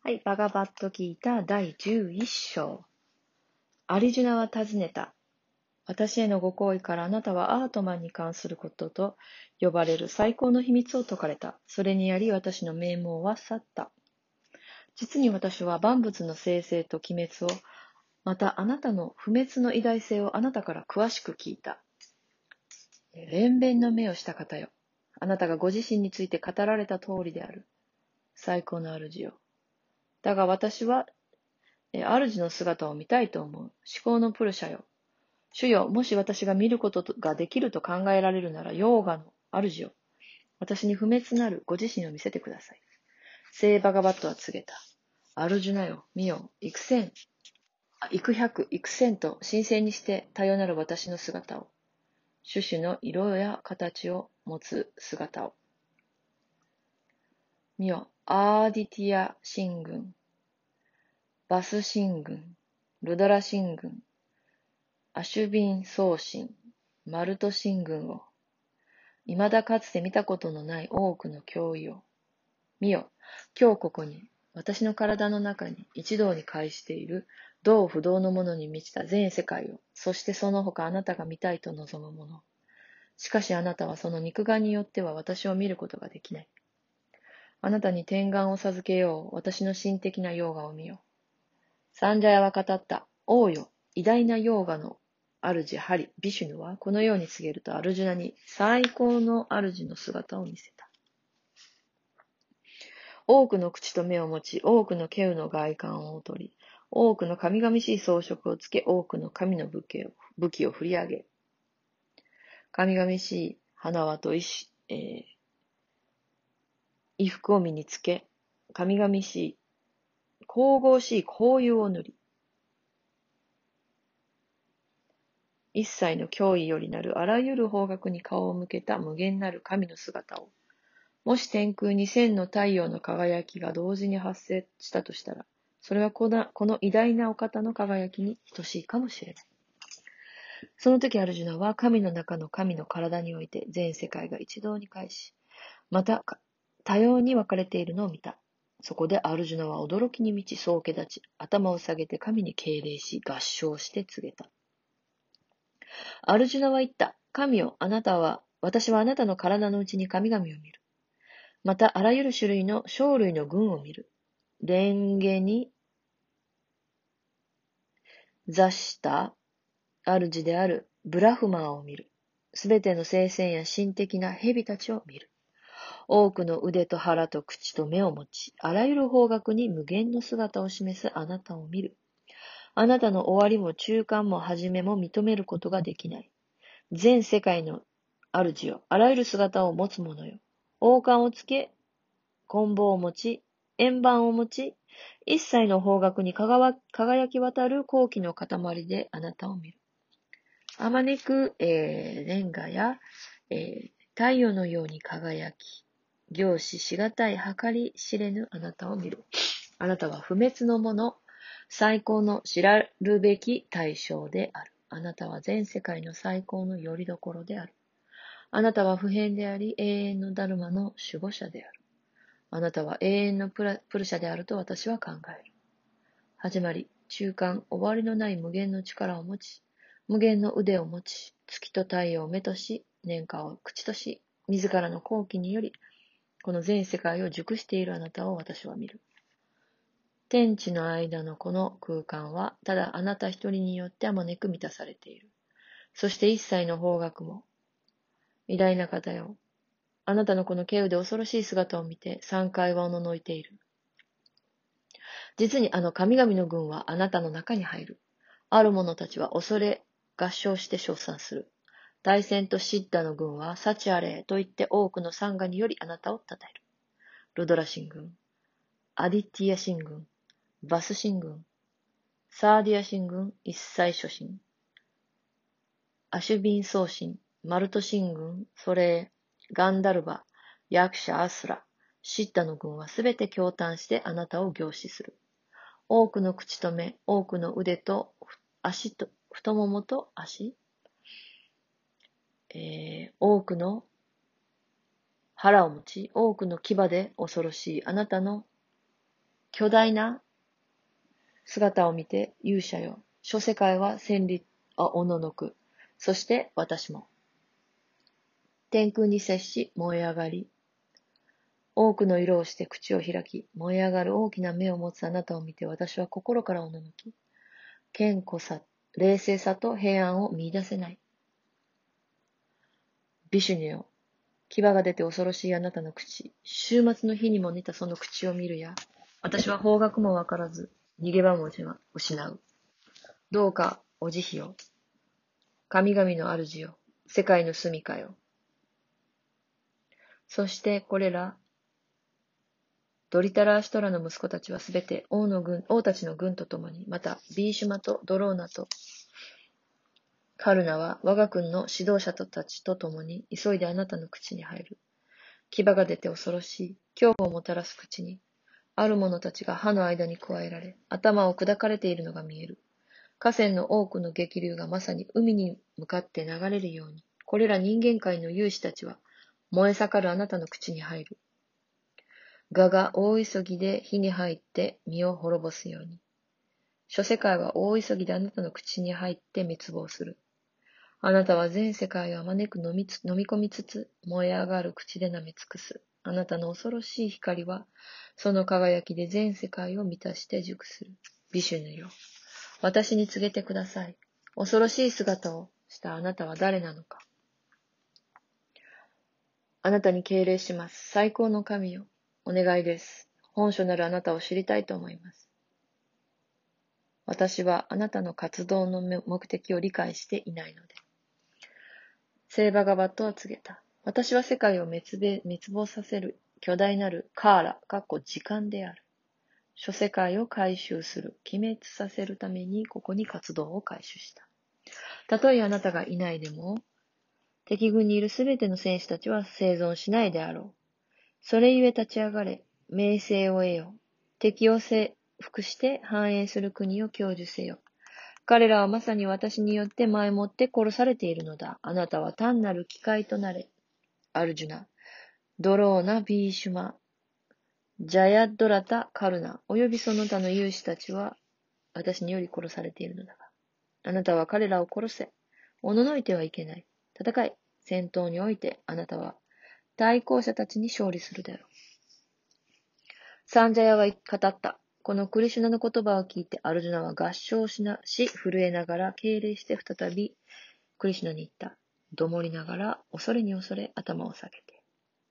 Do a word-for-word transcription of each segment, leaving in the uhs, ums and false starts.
はい、バガバットギーターだいじゅういっ章。アリジュナは尋ねた。私へのご好意からあなたはアートマンに関することと呼ばれる最高の秘密を説かれた。それにより私の名門は去った。実に私は万物の生成と鬼滅を、またあなたの不滅の偉大性をあなたから詳しく聞いた。連弁の目をした方よ。あなたがご自身について語られた通りである。最高の主よ。だが私は、え主の姿を見たいと思う。思考のプルシャよ。主よ、もし私が見ることができると考えられるなら、ヨーガの主よ。私に不滅なるご自身を見せてください。聖バガバットは告げた。アルジュナよ、見よ、幾千、幾百、幾千と神聖にして多様なる私の姿を。種々の色や形を持つ姿を。見よ、アーディティア神軍、バス神軍、ルドラ神軍、アシュビン宗神、マルト神軍を、未だかつて見たことのない多くの脅威を、見よ、今日ここに、私の体の中に一堂に会している同不動のものに満ちた全世界を、そしてその他あなたが見たいと望むもの。しかしあなたはその肉眼によっては私を見ることができない。あなたに天眼を授けよう、私の神的なヨーガを見よ。サンジャヤは語った。王よ、偉大なヨーガの主ハリ、ビシュヌはこのように告げるとアルジュナに最高の主の姿を見せた。多くの口と目を持ち、多くの稀有の外観を取り、多くの神々しい装飾をつけ、多くの神の武器を武器を振り上げ、神々しい花輪と衣,、えー、衣服を身につけ、神々しい神々しい香油を塗り、一切の脅威よりなるあらゆる方角に顔を向けた無限なる神の姿を、もし天空に千の太陽の輝きが同時に発生したとしたら、それはこの、この偉大なお方の輝きに等しいかもしれない。その時アルジュナは神の中の神の体において全世界が一堂に会し、また多様に分かれているのを見た。そこでアルジュナは驚きに満ちそうけ立ち、頭を下げて神に敬礼し、合唱して告げた。アルジュナは言った。神よ、あなたは、私はあなたの体のうちに神々を見る。また、あらゆる種類の生類の群を見る。蓮華に座した主であるブラフマーを見る。すべての聖戦や神的な蛇たちを見る。多くの腕と腹と口と目を持ち、あらゆる方角に無限の姿を示すあなたを見る。あなたの終わりも中間も始めも認めることができない。全世界の主よ、あらゆる姿を持つ者よ。王冠をつけ、棍棒を持ち、円盤を持ち、一切の方角に輝き渡る高貴の塊であなたを見る。あまねく、えー、レンガや、えー、太陽のように輝き、凝視しがたい計り知れぬあなたを見る。あなたは不滅のもの、最高の知らるべき対象である。あなたは全世界の最高の拠り所である。あなたは不変であり、永遠のダルマの守護者である。あなたは永遠のプラプルシャであると私は考える。始まり、中間、終わりのない無限の力を持ち、無限の腕を持ち、月と太陽を目とし、年間を口とし、自らの好奇により、この全世界を熟しているあなたを私は見る。天地の間のこの空間は、ただあなた一人によってあまねく満たされている。そして一切の方角も、偉大な方よ。あなたのこの稀有で恐ろしい姿を見て、三回はおののいている。実にあの神々の軍はあなたの中に入る。ある者たちは恐れ、合唱して称賛する。大戦とシッダの軍は、サチアレーと言って多くのサンガによりあなたを称える。ルドラ神軍、アディティア神軍、バス神軍、サーディア神軍一切諸神、アシュビン宗神、マルト神軍、ソレー、ガンダルバ、ヤクシャ・アスラ、シッダの軍はすべて驚嘆してあなたを凝視する。多くの口と目、多くの腕と足と、太ももと足、えー、多くの腹を持ち、多くの牙で恐ろしいあなたの巨大な姿を見て勇者よ。諸世界は戦慄、あ、おののく。そして私も。天空に接し燃え上がり、多くの色をして口を開き、燃え上がる大きな目を持つあなたを見て私は心からおののき、堅固さ、冷静さと平安を見出せない。ビシュニュよ。牙が出て恐ろしいあなたの口。終末の日にも似たその口を見るや。私は方角もわからず、逃げ場も失う。どうか、お慈悲を。神々の主よ。世界の住処よ。そしてこれら、ドリタラーシュトラの息子たちはすべて王の軍、王たちの軍と共に、またビーシュマとドローナとカルナは我が軍の指導者たちと共に急いであなたの口に入る。牙が出て恐ろしい、恐怖をもたらす口に、ある者たちが歯の間に加えられ、頭を砕かれているのが見える。河川の多くの激流がまさに海に向かって流れるように、これら人間界の勇士たちは燃え盛るあなたの口に入る。蛾が大急ぎで火に入って身を滅ぼすように。諸世界は大急ぎであなたの口に入って滅亡する。あなたは全世界をあまねく飲みつ飲み込みつつ、燃え上がる口で舐め尽くす。あなたの恐ろしい光は、その輝きで全世界を満たして熟する。ビシュヌよ。私に告げてください。恐ろしい姿をしたあなたは誰なのか。あなたに敬礼します。最高の神よ。お願いです。本書なるあなたを知りたいと思います。私はあなたの活動の目的を理解していないので。聖バガバットは告げた。私は世界を滅亡させる巨大なるカーラ、かっこ時間である。諸世界を回収する、鬼滅させるためにここに活動を開始した。たとえあなたがいないでも、敵軍にいるすべての戦士たちは生存しないであろう。それゆえ立ち上がれ、名声を得よ。敵を征服して繁栄する国を享受せよ。彼らはまさに私によって前もって殺されているのだ。あなたは単なる機械となれ。アルジュナ、ドローナ、ビーシュマ、ジャヤッドラタ、カルナ、およびその他の勇士たちは私により殺されているのだが。あなたは彼らを殺せ。おののいてはいけない。戦い、戦闘においてあなたは対抗者たちに勝利するだろう。サンジャヤは語った。このクリシュナの言葉を聞いてアルジュナは合唱しなし、震えながら敬礼して再びクリシュナに言った。どもりながら恐れに恐れ頭を下げて。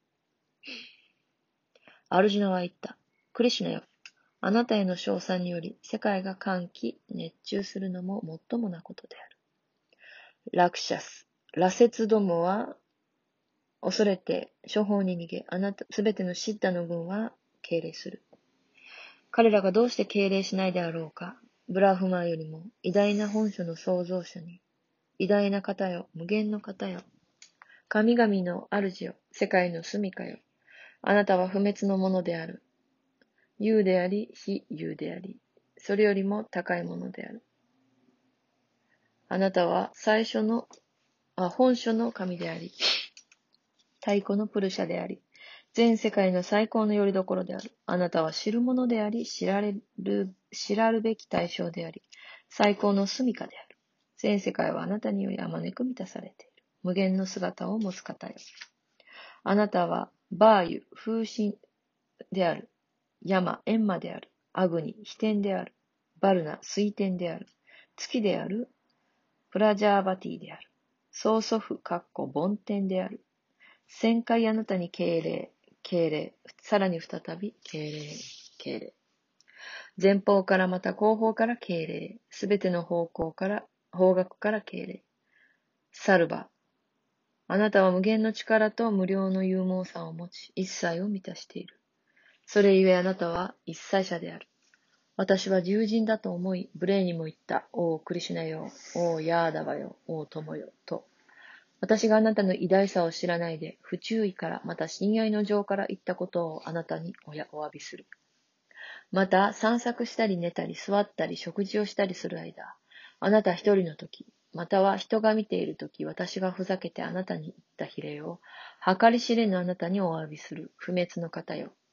アルジュナは言った。クリシュナよ。あなたへの称賛により世界が歓喜、熱中するのももっともなことである。ラクシャス、羅刹どもは恐れて処方に逃げ、あなた、すべてのシッダの軍は敬礼する。彼らがどうして敬礼しないであろうか。ブラフマーよりも偉大な本書の創造者に、偉大な方よ、無限の方よ、神々の主よ、世界の住処よ。あなたは不滅のものである。有であり、非有であり、それよりも高いものである。あなたは最初の、あ、本書の神であり、太古のプルシャであり、全世界の最高の拠り所である。あなたは知るものであり、知られる、知らるべき対象であり、最高の住処である。全世界はあなたによりあまねく満たされている。無限の姿を持つ方よ。あなたはバーユ、風神である。山、エンマである。アグニ、飛天である。バルナ、水天である。月である。プラジャーバティである。曽祖父、かっこ梵天である。千回あなたに敬礼、敬礼、さらに再び敬礼、敬礼。前方からまた後方から敬礼、すべての方向から、方角から敬礼。サルバ、あなたは無限の力と無量の勇猛さを持ち、一切を満たしている。それゆえあなたは一切者である。私は獣人だと思い、無礼にも言った。おクリシュナよ、おヤーダバよ、お友よ、と。私があなたの偉大さを知らないで、不注意から、また親愛の情から言ったことをあなたにおやお詫びする。また、散策したり寝たり座ったり食事をしたりする間、あなた一人の時、または人が見ている時、私がふざけてあなたに言った比例を、計り知れぬあなたにお詫びする。不滅の方よ。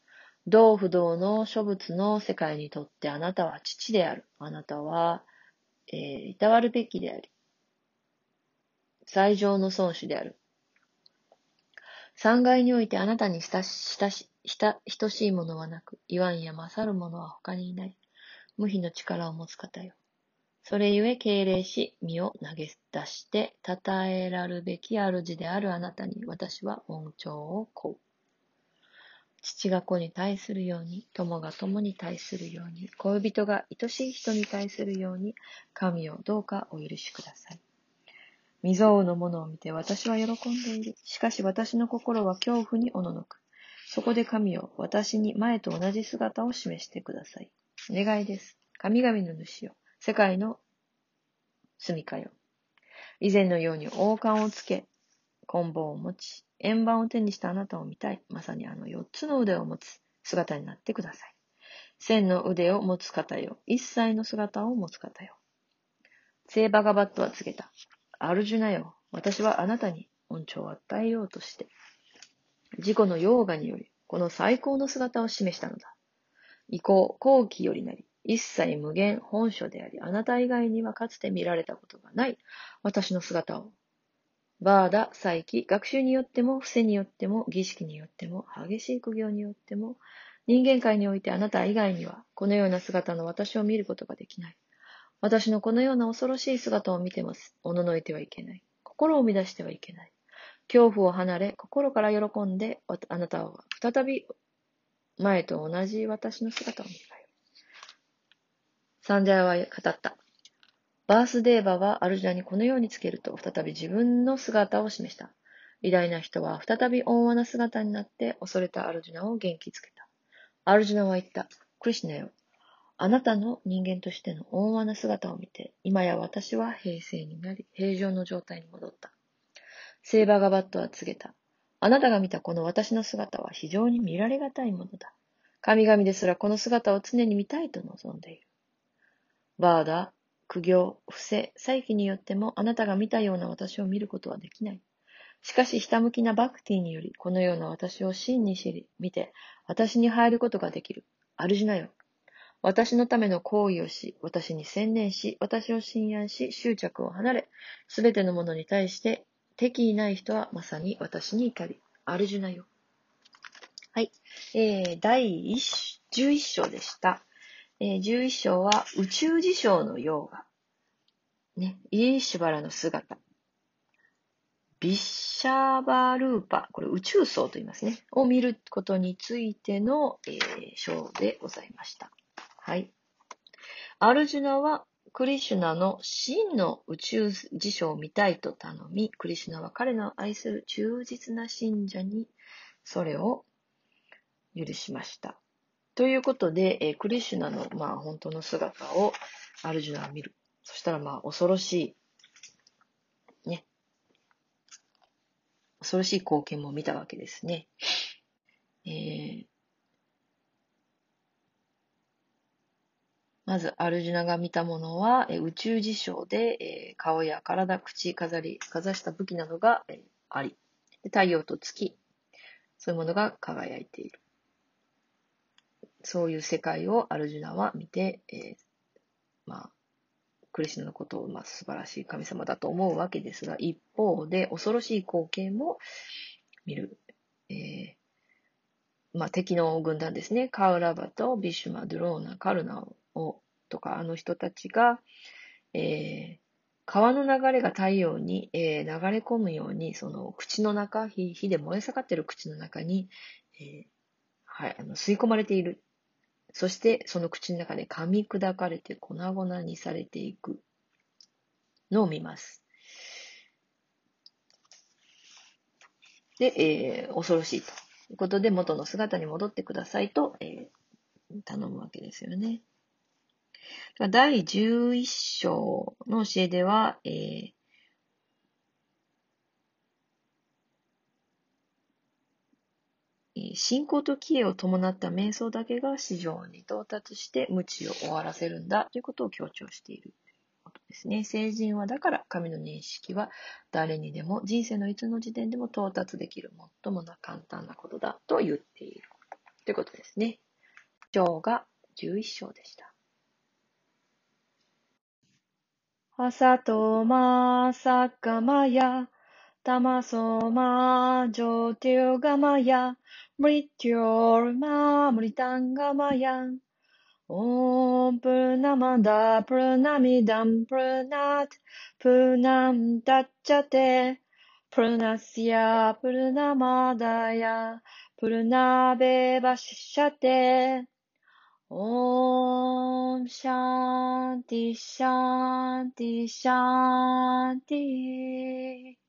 同不同の諸物の世界にとってあなたは父である。あなたは、えー、いたわるべきであり、最上の孫子である。三界においてあなたに親し、親し、等しいものはなく、言わんや勝るものは他にいない。無比の力を持つ方よ。それゆえ敬礼し、身を投げ出して、称えらるべき主であるあなたに、私は恩寵を請う。父が子に対するように、友が友に対するように、恋人が愛しい人に対するように、神をどうかお許しください。未曾有のものを見て私は喜んでいる。しかし私の心は恐怖におののく。そこで神よ、私に前と同じ姿を示してください。お願いです。神々の主よ、世界の住みかよ。以前のように王冠をつけ、棍棒を持ち、円盤を手にしたあなたを見たい。まさにあの四つの腕を持つ姿になってください。千の腕を持つ方よ。一切の姿を持つ方よ。聖バガバットは告げた。アルジュナよ。私はあなたに恩寵を与えようとして、自己のヨーガにより、この最高の姿を示したのだ。以降、後期よりなり、一切無限本所であり、あなた以外にはかつて見られたことがない私の姿を、バーダ、再起、学習によっても、伏せによっても、儀式によっても、激しい苦行によっても、人間界においてあなた以外には、このような姿の私を見ることができない。私のこのような恐ろしい姿を見てます。おののいてはいけない。心を乱してはいけない。恐怖を離れ、心から喜んで、あなたは再び前と同じ私の姿を見るがよい。サンジャヤは語った。バースデーバはアルジュナにこのようにつけると、再び自分の姿を示した。偉大な人は再び温和な姿になって恐れたアルジュナを元気づけた。アルジュナは言った。クリシュナよ。あなたの人間としての温和な姿を見て、今や私は平静になり、平常の状態に戻った。セーバーガバットは告げた。あなたが見たこの私の姿は非常に見られがたいものだ。神々ですらこの姿を常に見たいと望んでいる。バーダ、苦行、不正、再起によってもあなたが見たような私を見ることはできない。しかし、ひたむきなバクティにより、このような私を真に知り、見て、私に入ることができる。アルジュナよ。私のための行為をし、私に専念し、私を信頼し、執着を離れ、すべてのものに対して敵意ない人はまさに私に怒り。アルジュナよ。はい。えー、第じゅういっ章でした。えー、じゅういっ章は宇宙事象のヨーガ。ね、イーシュバラの姿。ビッシャーバールーパ、これ宇宙層と言いますね。を見ることについての、えー、章でございました。はい。アルジュナはクリシュナの真の宇宙事象を見たいと頼み、クリシュナは彼の愛する忠実な信者にそれを許しました。ということで、えー、クリシュナの、まあ、本当の姿をアルジュナは見る。そしたら、まあ、恐ろしい、ね、恐ろしい光景も見たわけですね。えー、まず、アルジュナが見たものは、えー、宇宙事象で、えー、顔や体、口、飾り、かざした武器などが、えー、あり、で、太陽と月、そういうものが輝いている。そういう世界をアルジュナは見て、えー、まあ、クリシュナのことを、まあ、素晴らしい神様だと思うわけですが、一方で恐ろしい光景も見る。えーまあ、敵の軍団ですね。カウラバとビシュマ、ドゥローナ、カルナをとか、あの人たちが、えー、川の流れが太陽に、えー、流れ込むように、その口の中、火火で燃え盛っている口の中に、えーはい、あの吸い込まれている。そして、その口の中で噛み砕かれて粉々にされていくのを見ます。で、えー、恐ろしいということで、元の姿に戻ってくださいと、えー、頼むわけですよね。だいじゅういっ章の教えでは、えー信仰と帰依を伴った瞑想だけが至上に到達して無知を終わらせるんだということを強調していることですね。聖人はだから神の認識は誰にでも人生のいつの時点でも到達できる最もな簡単なことだと言っている。 ということですね。章がじゅういっ章でした。アサトマサカマヤ、タマソマジョティオガマヤ、ムリティオルマムリタンガマヤ、オープルナマダプルナミダンプルナトプルナムタッチャテ、プルナシヤプルナマダヤ、プルナベバシシャテ、オームシャンティシャンティシャンティ